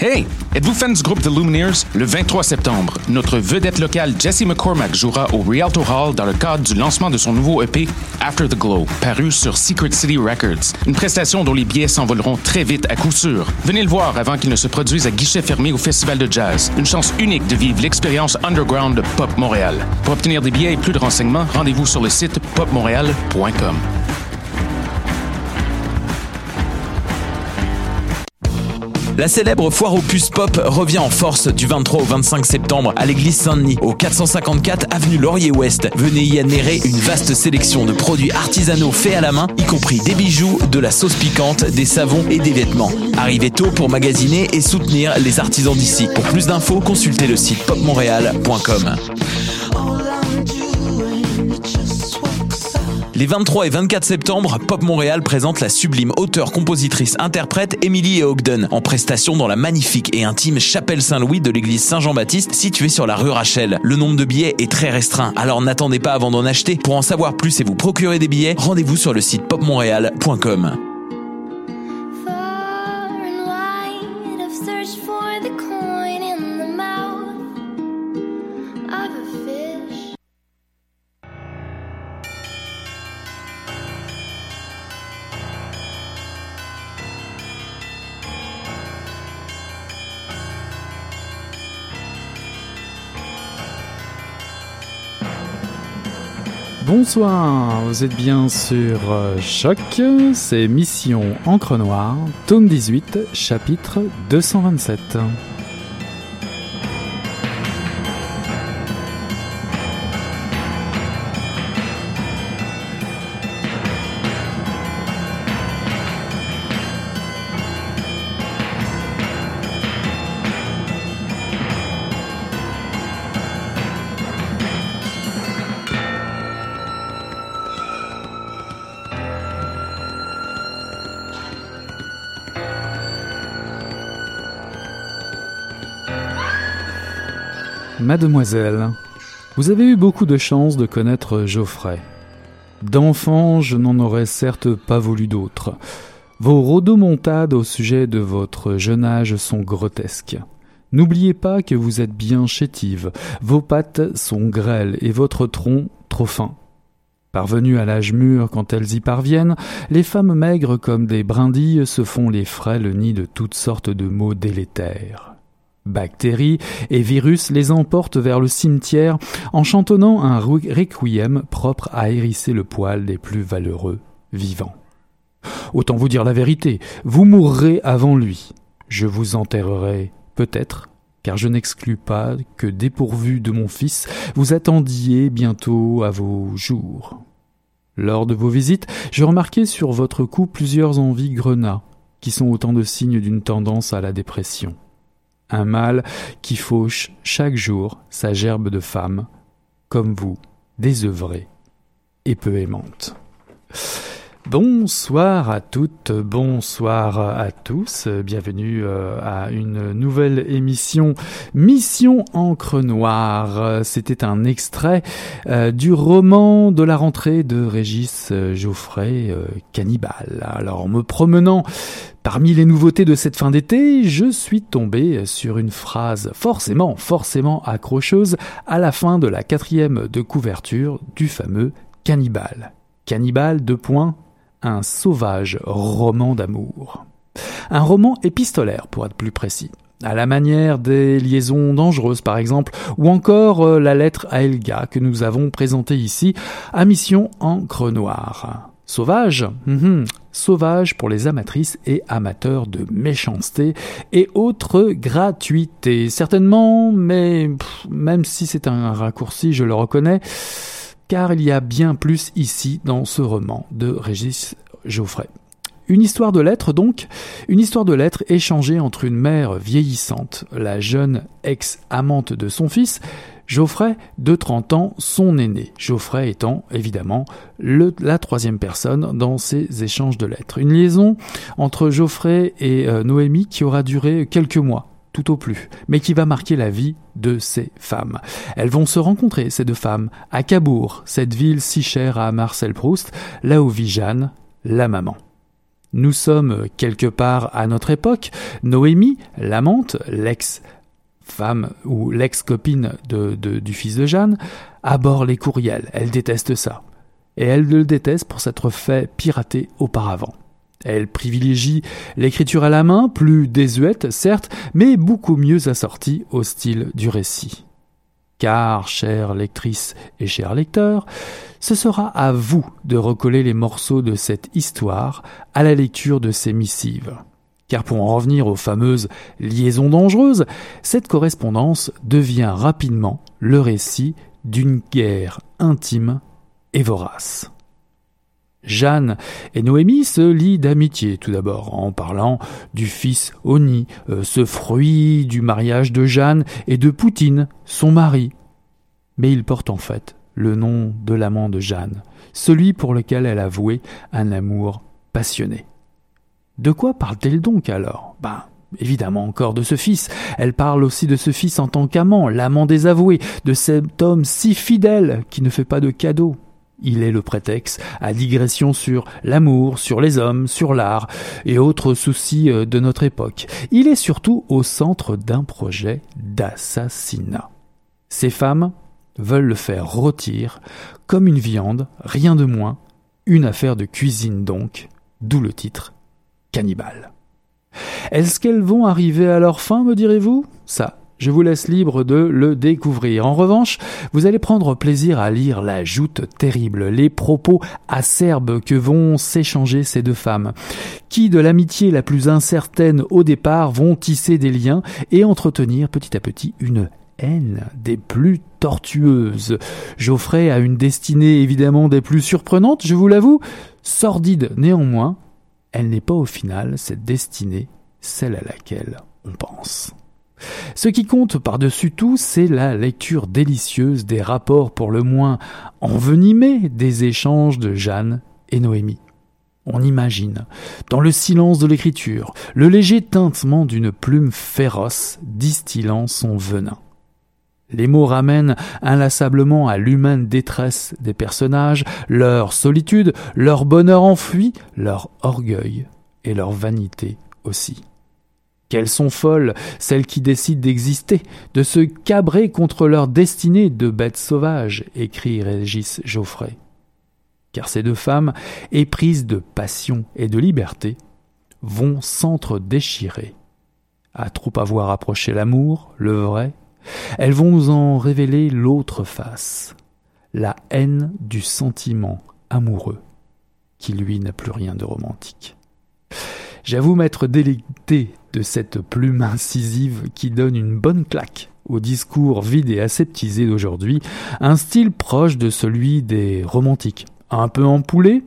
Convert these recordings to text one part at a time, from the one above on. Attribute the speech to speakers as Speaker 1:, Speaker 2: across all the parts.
Speaker 1: Hey! Êtes-vous fan du groupe The Lumineers? Le 23 septembre, notre vedette locale Jesse McCormack jouera au Rialto Hall dans le cadre du lancement de son nouveau EP After the Glow, paru sur Secret City Records. Une prestation dont les billets s'envoleront très vite à coup sûr. Venez le voir avant qu'il ne se produise à guichet fermé au Festival de Jazz. Une chance unique de vivre l'expérience underground de Pop Montréal. Pour obtenir des billets et plus de renseignements, rendez-vous sur le site popmontréal.com.
Speaker 2: La célèbre foire aux puces pop revient en force du 23 au 25 septembre à l'église Saint-Denis, au 454 avenue Laurier-Ouest. Venez y admirer une vaste sélection de produits artisanaux faits à la main, y compris des bijoux, de la sauce piquante, des savons et des vêtements. Arrivez tôt pour magasiner et soutenir les artisans d'ici. Pour plus d'infos, consultez le site popmontréal.com. Les 23 et 24 septembre, Pop Montréal présente la sublime auteure, compositrice, interprète Émilie Ogden en prestation dans la magnifique et intime chapelle Saint-Louis de l'église Saint-Jean-Baptiste située sur la rue Rachel. Le nombre de billets est très restreint, alors n'attendez pas avant d'en acheter. Pour en savoir plus et vous procurer des billets, rendez-vous sur le site popmontréal.com.
Speaker 3: Bonsoir, vous êtes bien sur Choc, c'est Mission Encre Noire, tome 18, chapitre 227. Mademoiselle, vous avez eu beaucoup de chance de connaître Geoffrey. D'enfant, je n'en aurais certes pas voulu d'autres. Vos rodomontades au sujet de votre jeune âge sont grotesques. N'oubliez pas que vous êtes bien chétive, vos pattes sont grêles et votre tronc trop fin. Parvenues à l'âge mûr quand elles y parviennent, les femmes maigres comme des brindilles se font les frêles nids de toutes sortes de maux délétères. Bactéries et virus les emportent vers le cimetière en chantonnant un requiem propre à hérisser le poil des plus valeureux vivants. Autant vous dire la vérité, vous mourrez avant lui. Je vous enterrerai peut-être, car je n'exclus pas que dépourvu de mon fils, vous attendiez bientôt à vos jours. Lors de vos visites, je remarquai sur votre cou plusieurs envies grenats, qui sont autant de signes d'une tendance à la dépression. Un mâle qui fauche chaque jour sa gerbe de femme, comme vous, désœuvrée et peu aimante. Bonsoir à toutes, bonsoir à tous, bienvenue à une nouvelle émission Mission Encre Noire. C'était un extrait du roman de la rentrée de Régis Geoffrey, Cannibale. Alors en me promenant parmi les nouveautés de cette fin d'été, je suis tombé sur une phrase forcément accrocheuse à la fin de la 4e de couverture du fameux Cannibale. Cannibale, : un sauvage roman d'amour. Un roman épistolaire, pour être plus précis, à la manière des Liaisons dangereuses par exemple, ou encore la lettre à Elga que nous avons présentée ici à Mission Encre Noire. Sauvage, sauvage pour les amatrices et amateurs de méchanceté et autres gratuités, certainement, mais même si c'est un raccourci, je le reconnais, car il y a bien plus ici dans ce roman de Régis Geoffrey. Une histoire de lettres donc, une histoire de lettres échangée entre une mère vieillissante, la jeune ex-amante de son fils, Geoffrey, de 30 ans, son aîné. Geoffrey étant, évidemment, la 3e personne dans ces échanges de lettres. Une liaison entre Geoffrey et Noémie qui aura duré quelques mois, tout au plus, mais qui va marquer la vie de ces femmes. Elles vont se rencontrer, ces deux femmes, à Cabourg, cette ville si chère à Marcel Proust, là où vit Jeanne, la maman. Nous sommes quelque part à notre époque. Noémie, l'amante, l'ex-femme ou l'ex-copine du fils de Jeanne, aborde les courriels. Elle déteste ça. Et elle le déteste pour s'être fait pirater auparavant. Elle privilégie l'écriture à la main, plus désuète, certes, mais beaucoup mieux assortie au style du récit. Car, chères lectrices et chers lecteurs, ce sera à vous de recoller les morceaux de cette histoire à la lecture de ces missives. Car pour en revenir aux fameuses liaisons dangereuses, cette correspondance devient rapidement le récit d'une guerre intime et vorace. Jeanne et Noémie se lient d'amitié tout d'abord en parlant du fils Oni, ce fruit du mariage de Jeanne et de Poutine, son mari. Mais il porte en fait le nom de l'amant de Jeanne, celui pour lequel elle a voué un amour passionné. De quoi parle-t-elle donc alors ? Évidemment encore de ce fils. Elle parle aussi de ce fils en tant qu'amant, l'amant désavoué, de cet homme si fidèle qui ne fait pas de cadeaux. Il est le prétexte à digression sur l'amour, sur les hommes, sur l'art et autres soucis de notre époque. Il est surtout au centre d'un projet d'assassinat. Ces femmes veulent le faire rôtir comme une viande, rien de moins, une affaire de cuisine donc, d'où le titre Cannibale. Est-ce qu'elles vont arriver à leur fin, me direz-vous ? Ça, je vous laisse libre de le découvrir. En revanche, vous allez prendre plaisir à lire la joute terrible, les propos acerbes que vont s'échanger ces deux femmes, qui, de l'amitié la plus incertaine au départ, vont tisser des liens et entretenir petit à petit une haine des plus tortueuses. Geoffrey a une destinée évidemment des plus surprenantes, je vous l'avoue, sordide néanmoins. Elle n'est pas au final cette destinée, celle à laquelle on pense. Ce qui compte par-dessus tout, c'est la lecture délicieuse des rapports pour le moins envenimés des échanges de Jeanne et Noémie. On imagine, dans le silence de l'écriture, le léger tintement d'une plume féroce distillant son venin. Les mots ramènent inlassablement à l'humaine détresse des personnages, leur solitude, leur bonheur enfui, leur orgueil et leur vanité aussi. Qu'elles sont folles, celles qui décident d'exister, de se cabrer contre leur destinée de bêtes sauvages, écrit Régis Geoffrey. Car ces deux femmes, éprises de passion et de liberté, vont s'entre-déchirer. À trop avoir approché l'amour, le vrai, elles vont nous en révéler l'autre face, la haine du sentiment amoureux, qui lui n'a plus rien de romantique. J'avoue m'être délecté de cette plume incisive qui donne une bonne claque au discours vide et aseptisé d'aujourd'hui, un style proche de celui des romantiques, un peu empoulé,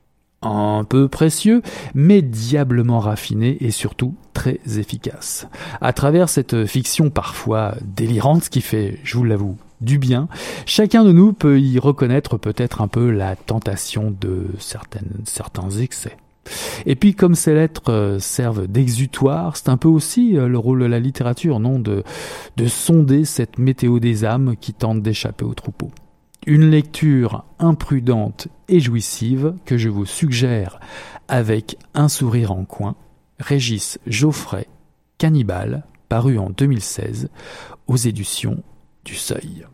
Speaker 3: un peu précieux, mais diablement raffiné et surtout très efficace. À travers cette fiction parfois délirante qui fait, je vous l'avoue, du bien, chacun de nous peut y reconnaître peut-être un peu la tentation de certains excès. Et puis comme ces lettres servent d'exutoire, c'est un peu aussi le rôle de la littérature, non, de sonder cette météo des âmes qui tentent d'échapper au troupeau. Une lecture imprudente et jouissive que je vous suggère avec un sourire en coin, Régis Geoffrey, Cannibale, paru en 2016 aux éditions du Seuil.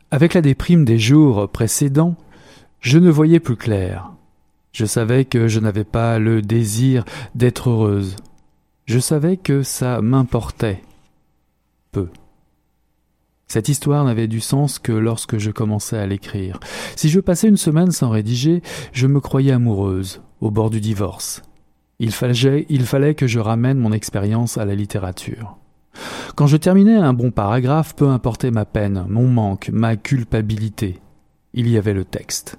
Speaker 3: Avec la déprime des jours précédents, je ne voyais plus clair. Je savais que je n'avais pas le désir d'être heureuse. Je savais que ça m'importait peu. Cette histoire n'avait du sens que lorsque je commençais à l'écrire. Si je passais une semaine sans rédiger, je me croyais amoureuse, au bord du divorce. Il fallait que je ramène mon expérience à la littérature. Quand je terminais un bon paragraphe, peu importait ma peine, mon manque, ma culpabilité. Il y avait le texte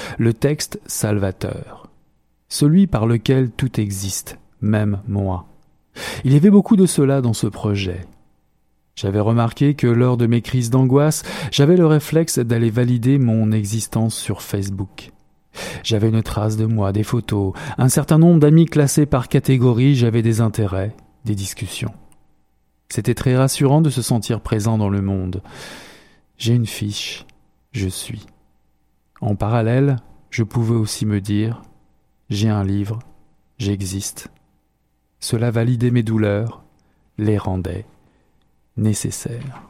Speaker 3: salvateur. Celui par lequel tout existe, même moi. Il y avait beaucoup de cela dans ce projet. J'avais remarqué que lors de mes crises d'angoisse, j'avais le réflexe d'aller valider mon existence sur Facebook. J'avais une trace de moi, des photos, un certain nombre d'amis classés par catégorie, j'avais des intérêts, des discussions. C'était très rassurant de se sentir présent dans le monde. J'ai une fiche, je suis. En parallèle, je pouvais aussi me dire « j'ai un livre, j'existe ». Cela validait mes douleurs, les rendait nécessaires.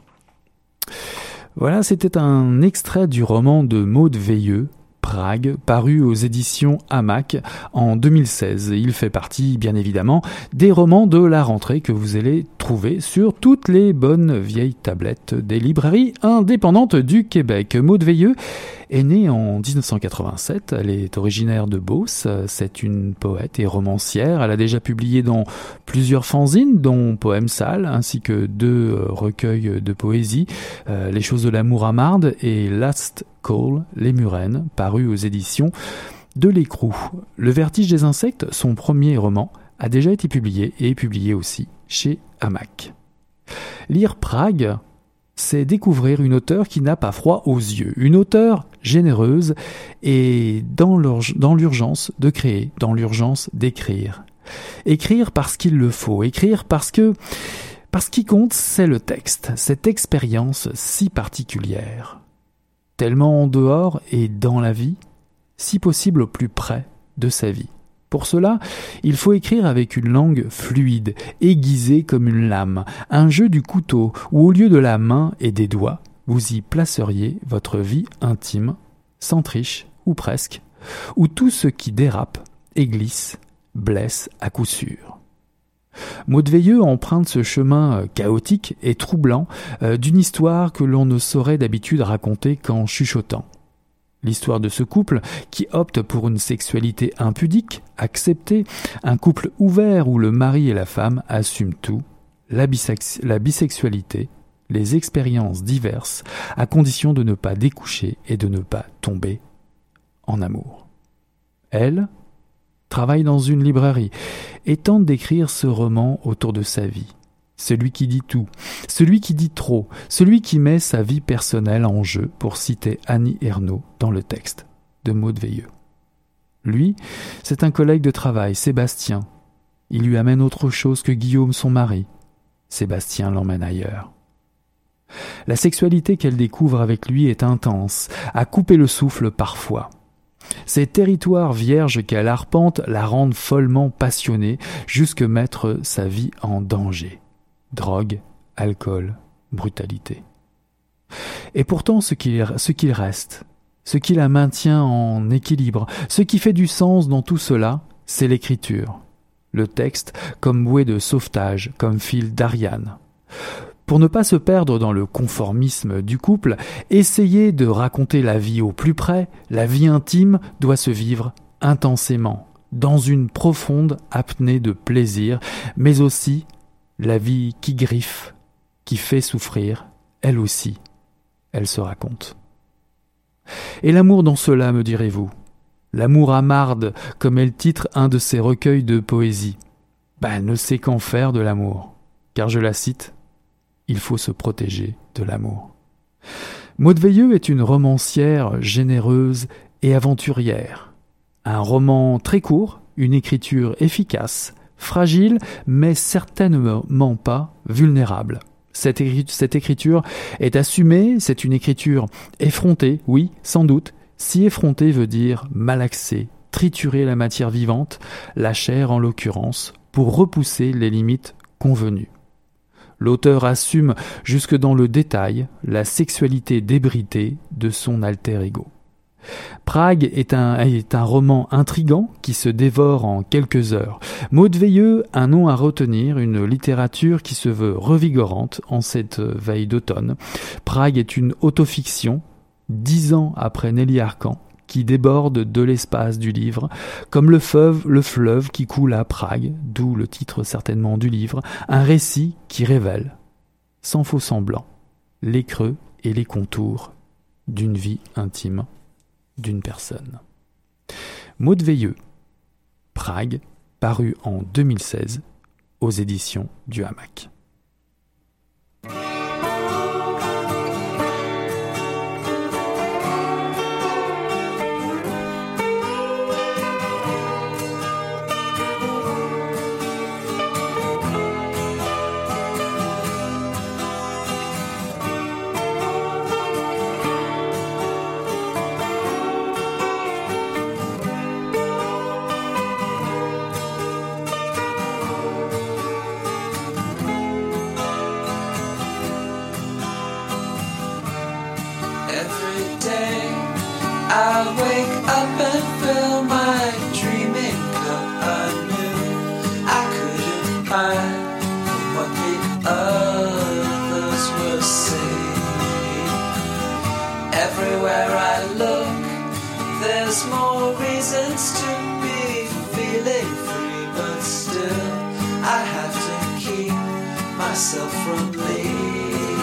Speaker 3: Voilà, c'était un extrait du roman de Maude Veilleux, Prague, paru aux éditions Hamac en 2016. Il fait partie, bien évidemment, des romans de la rentrée que vous allez trouver sur toutes les bonnes vieilles tablettes des librairies indépendantes du Québec. Maude Veilleux est née en 1987, elle est originaire de Beauce, c'est une poète et romancière, elle a déjà publié dans plusieurs fanzines, dont Poème Sale, ainsi que 2 recueils de poésie, Les choses de l'amour à Marde et Last Call, Les Murennes, paru aux éditions de l'Écrou. Le Vertige des insectes, son premier roman, a déjà été publié et est publié aussi chez Hamac. Lire Prague, c'est découvrir une auteure qui n'a pas froid aux yeux, une auteure généreuse et dans l'urgence de créer, dans l'urgence d'écrire. Écrire parce qu'il le faut, écrire parce qu'il compte, c'est le texte, cette expérience si particulière. Tellement en dehors et dans la vie, si possible au plus près de sa vie. Pour cela, il faut écrire avec une langue fluide, aiguisée comme une lame, un jeu du couteau où au lieu de la main et des doigts, vous y placeriez votre vie intime, sans triche ou presque, où tout ce qui dérape et glisse blesse à coup sûr. Maude Veilleux emprunte ce chemin chaotique et troublant d'une histoire que l'on ne saurait d'habitude raconter qu'en chuchotant. L'histoire de ce couple qui opte pour une sexualité impudique, acceptée, un couple ouvert où le mari et la femme assument tout, la bisexualité, les expériences diverses, à condition de ne pas découcher et de ne pas tomber en amour. Elle travaille dans une librairie et tente d'écrire ce roman autour de sa vie. Celui qui dit tout, celui qui dit trop, celui qui met sa vie personnelle en jeu, pour citer Annie Ernaux dans le texte de Maude Veilleux. Lui, c'est un collègue de travail, Sébastien. Il lui amène autre chose que Guillaume, son mari. Sébastien l'emmène ailleurs. La sexualité qu'elle découvre avec lui est intense, à couper le souffle parfois. Ces territoires vierges qu'elle arpente la rendent follement passionnée, jusque mettre sa vie en danger. Drogue, alcool, brutalité. Et pourtant, ce qu'il reste, ce qui la maintient en équilibre, ce qui fait du sens dans tout cela, c'est l'écriture. Le texte comme bouée de sauvetage, comme fil d'Ariane. Pour ne pas se perdre dans le conformisme du couple, essayer de raconter la vie au plus près, la vie intime doit se vivre intensément, dans une profonde apnée de plaisir, mais aussi la vie qui griffe, qui fait souffrir, elle aussi, elle se raconte. Et l'amour dans cela, me direz-vous? L'amour à Marde, comme elle titre un de ses recueils de poésie. Elle ne sait qu'en faire de l'amour, car je la cite, « Il faut se protéger de l'amour ». Maude Veilleux est une romancière généreuse et aventurière. Un roman très court, une écriture efficace, fragile, mais certainement pas vulnérable. Cette écriture est assumée, c'est une écriture effrontée, oui, sans doute. Si effrontée veut dire malaxer, triturer la matière vivante, la chair en l'occurrence, pour repousser les limites convenues. L'auteur assume jusque dans le détail la sexualité débridée de son alter ego. Prague est un roman intrigant qui se dévore en quelques heures. Maud Veilleux, un nom à retenir, une littérature qui se veut revigorante en cette veille d'automne. Prague est une autofiction, 10 ans après Nelly Arcan, qui déborde de l'espace du livre, comme le fleuve qui coule à Prague, d'où le titre certainement du livre, un récit qui révèle, sans faux semblant, les creux et les contours d'une vie intime d'une personne. Maud Veilleux, Prague, paru en 2016 aux éditions du Hamac.
Speaker 4: Everywhere I look, there's more reasons to be feeling free, but still I have to keep myself from leaving.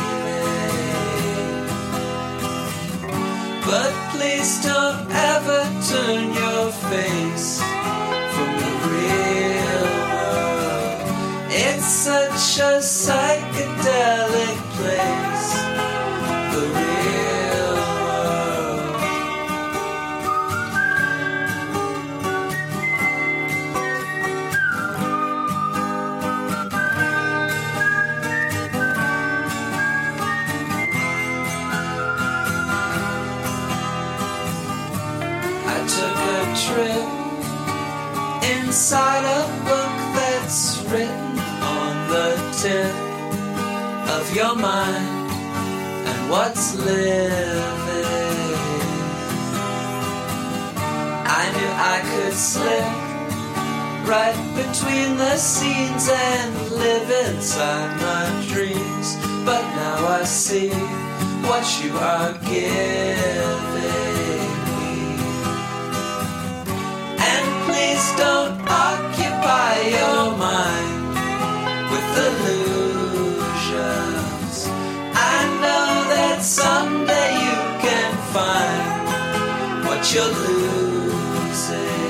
Speaker 4: But please don't ever turn your face from the real world. It's such a psychedelic place, the real trip inside a book that's written on the tip of your mind and what's living. I knew I could slip right between the scenes and live inside my dreams, but now I see what you are giving. Please don't occupy your mind with illusions. I know that someday you can find what you're losing.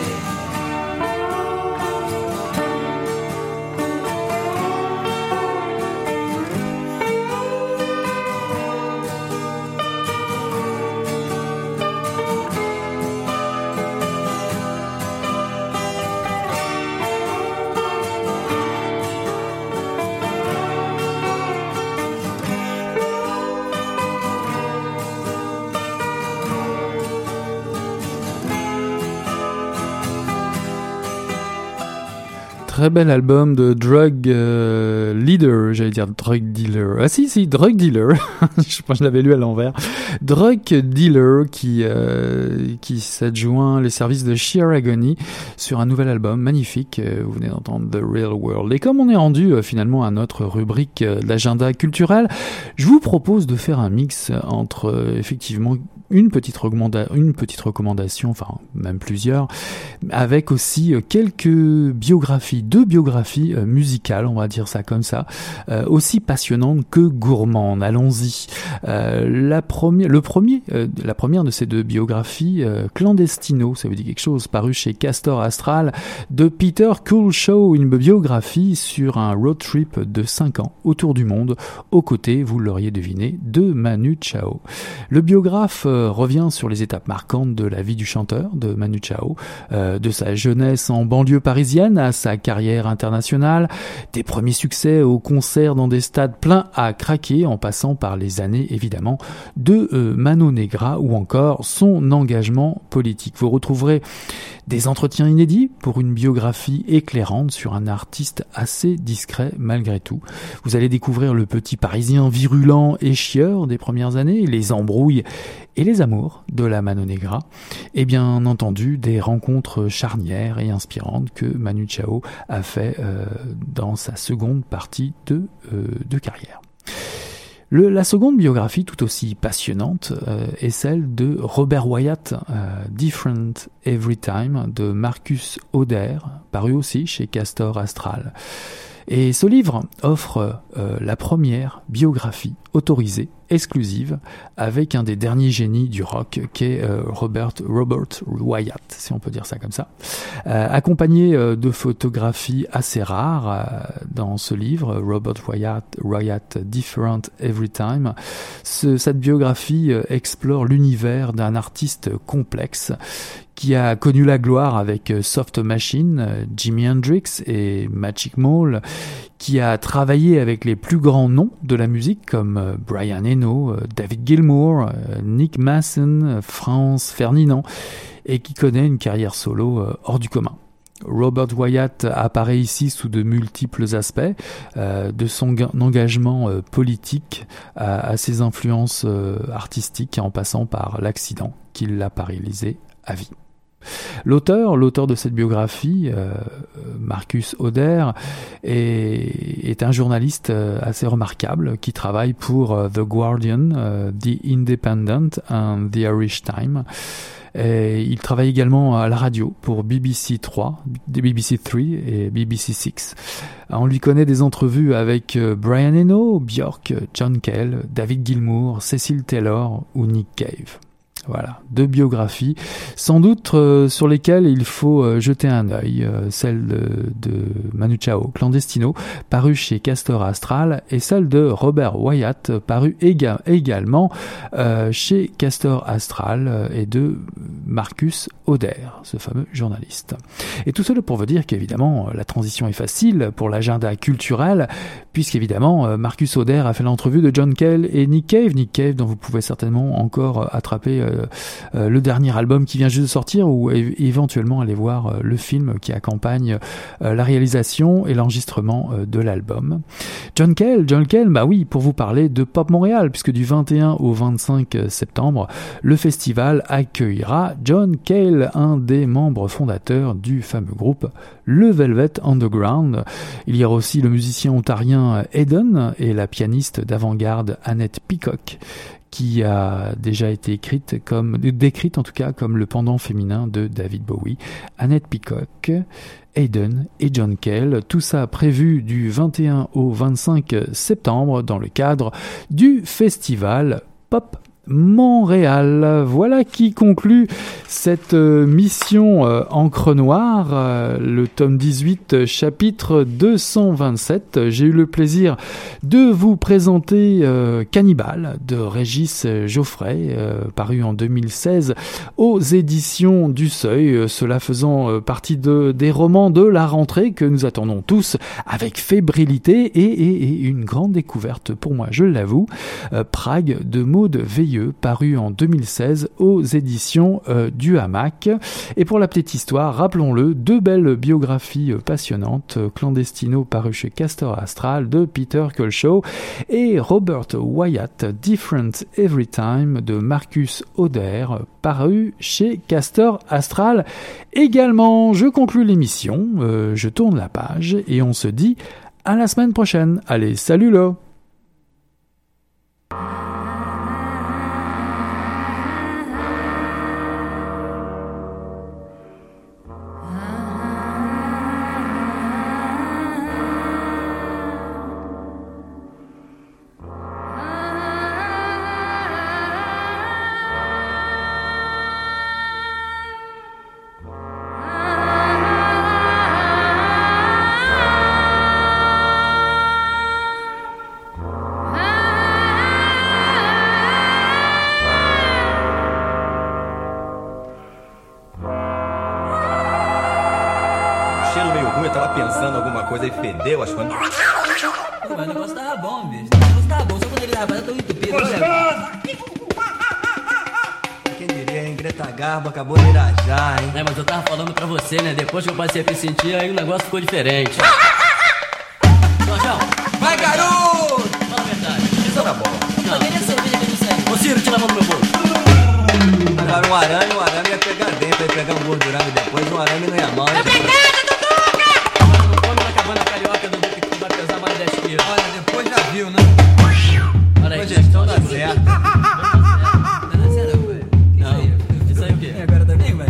Speaker 3: Très bel album de Drug Leader, j'allais dire Drug Dealer. Ah si, Drug Dealer. Je pense que je l'avais lu à l'envers. Drug Dealer qui s'adjoint les services de Sheer Agony sur un nouvel album magnifique. Vous venez d'entendre The Real World. Et comme on est rendu finalement à notre rubrique d'agenda culturel, je vous propose de faire un mix entre effectivement une petite recommandation, enfin même plusieurs, avec aussi quelques biographies, 2 biographies musicales, on va dire ça comme ça, aussi passionnantes que gourmandes. Allons-y. La première de ces 2 biographies, Clandestino, ça veut dire quelque chose, paru chez Castor Astral, de Peter Coolshow, une biographie sur un road trip de 5 ans autour du monde, aux côtés, vous l'auriez deviné, de Manu Chao. Le biographe revient sur les étapes marquantes de la vie du chanteur, de Manu Chao, de sa jeunesse en banlieue parisienne à sa carrière internationale, des premiers succès aux concerts dans des stades pleins à craquer en passant par les années évidemment de Mano Negra ou encore son engagement politique. Vous retrouverez des entretiens inédits pour une biographie éclairante sur un artiste assez discret malgré tout. Vous allez découvrir le petit Parisien virulent et chieur des premières années, les embrouilles et les amours de la Mano Negra, et bien entendu des rencontres charnières et inspirantes que Manu Chao a fait dans sa seconde partie de carrière. La seconde biographie, tout aussi passionnante, est celle de Robert Wyatt, Different Every Time, de Marcus Oder, paru aussi chez Castor Astral. Et ce livre offre la première biographie autorisée, exclusive, avec un des derniers génies du rock qu'est Robert Wyatt, si on peut dire ça comme ça, accompagné de photographies assez rares dans ce livre, Robert Wyatt Different Every Time. Cette biographie explore l'univers d'un artiste complexe qui a connu la gloire avec Soft Machine, Jimi Hendrix et Magic Mall, qui a travaillé avec les plus grands noms de la musique comme Brian Eno, David Gilmour, Nick Mason, Franz Ferdinand, et qui connaît une carrière solo hors du commun. Robert Wyatt apparaît ici sous de multiples aspects, de son engagement politique à ses influences artistiques, en passant par l'accident qui l'a paralysé à vie. L'auteur de cette biographie, Marcus Oder, est un journaliste assez remarquable qui travaille pour The Guardian, The Independent and The Irish Times. Et il travaille également à la radio pour BBC 3 et BBC 6. On lui connaît des entrevues avec Brian Eno, Björk, John Cale, David Gilmour, Cecil Taylor ou Nick Cave. Voilà, deux biographies, sans doute sur lesquelles il faut jeter un œil, celle de Manu Chao, Clandestino, paru chez Castor Astral, et celle de Robert Wyatt, paru également chez Castor Astral, et de Marcus Oder, ce fameux journaliste. Et tout cela pour vous dire qu'évidemment, la transition est facile pour l'agenda culturel, puisqu'évidemment, Marcus Oder a fait l'entrevue de John Cale et Nick Cave dont vous pouvez certainement encore attraper le dernier album qui vient juste de sortir, ou éventuellement aller voir le film qui accompagne la réalisation et l'enregistrement de l'album. John Cale, bah oui, pour vous parler de Pop Montréal, puisque du 21 au 25 septembre, le festival accueillera John Cale, un des membres fondateurs du fameux groupe le Velvet Underground. Il y aura aussi le musicien ontarien Eden et la pianiste d'avant-garde Annette Peacock, qui a déjà été décrite en tout cas comme le pendant féminin de David Bowie. Annette Peacock, Eden et John Cale, tout ça prévu du 21 au 25 septembre dans le cadre du festival Pop Montréal. Voilà qui conclut cette mission Encre Noire, le tome 18, chapitre 227. J'ai eu le plaisir de vous présenter Cannibal de Régis Geoffrey, paru en 2016 aux éditions du Seuil, cela faisant partie des romans de la rentrée que nous attendons tous avec fébrilité et une grande découverte pour moi, je l'avoue. Prague de Maud Veilleux, paru en 2016 aux éditions du Hamac. Et pour la petite histoire, rappelons-le, deux belles biographies passionnantes, Clandestino paru chez Castor Astral de Peter Kulshaw et Robert Wyatt, Different Every Time de Marcus Oder, paru chez Castor Astral également. Je conclus l'émission, je tourne la page et on se dit à la semaine prochaine. Allez, salut là!
Speaker 5: cheiro meio ruim, eu tava pensando alguma coisa e fedeu, acho que...
Speaker 6: Pô, mas o negócio tava bom, bicho. O negócio tava bom, só quando ele tava tão entupido.
Speaker 5: Quem diria, hein? Greta Garbo acabou de irajar, hein?
Speaker 6: É, mas eu tava falando pra você, né? Depois que eu passei a me sentir, aí o negócio ficou diferente. Jorjão!
Speaker 5: Vai, garoto!
Speaker 6: Fala a verdade.
Speaker 5: Isso era bom.
Speaker 6: Não, queria cerveja que eu não sei. Ô, Ciro, tira a mão do meu bolso.
Speaker 5: Agora um arame ia pegar dentro, ia pegar um gordurame depois, um arame não ia mal.
Speaker 6: Obrigada, Duduca! Agora não come na cabana carioca, Duduca, que tu vai pesar mais 10 quilos.
Speaker 5: Olha, depois já viu, né?
Speaker 6: Olha aí,
Speaker 5: Depois gestão dá certo.
Speaker 6: Não, isso aí o quê?
Speaker 5: Agora também, velho.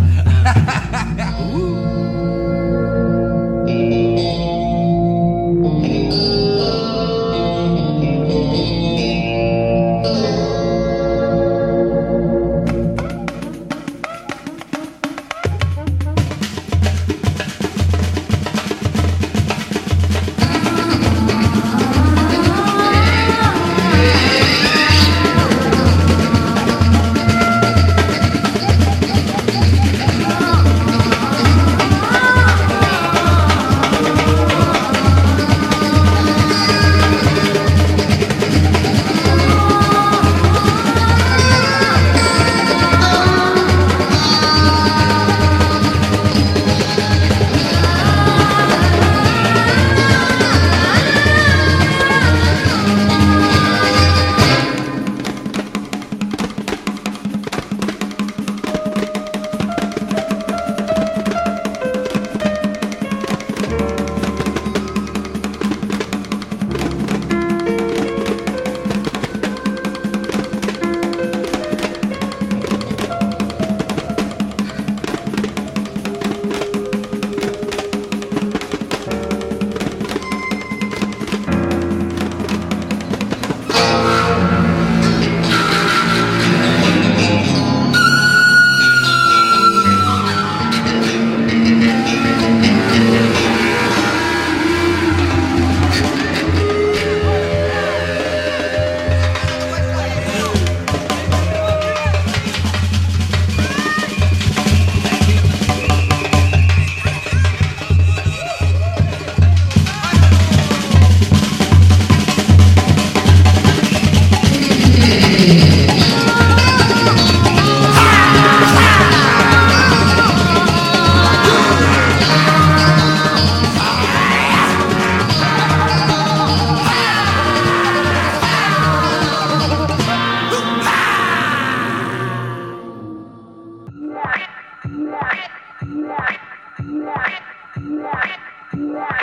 Speaker 7: Yeah.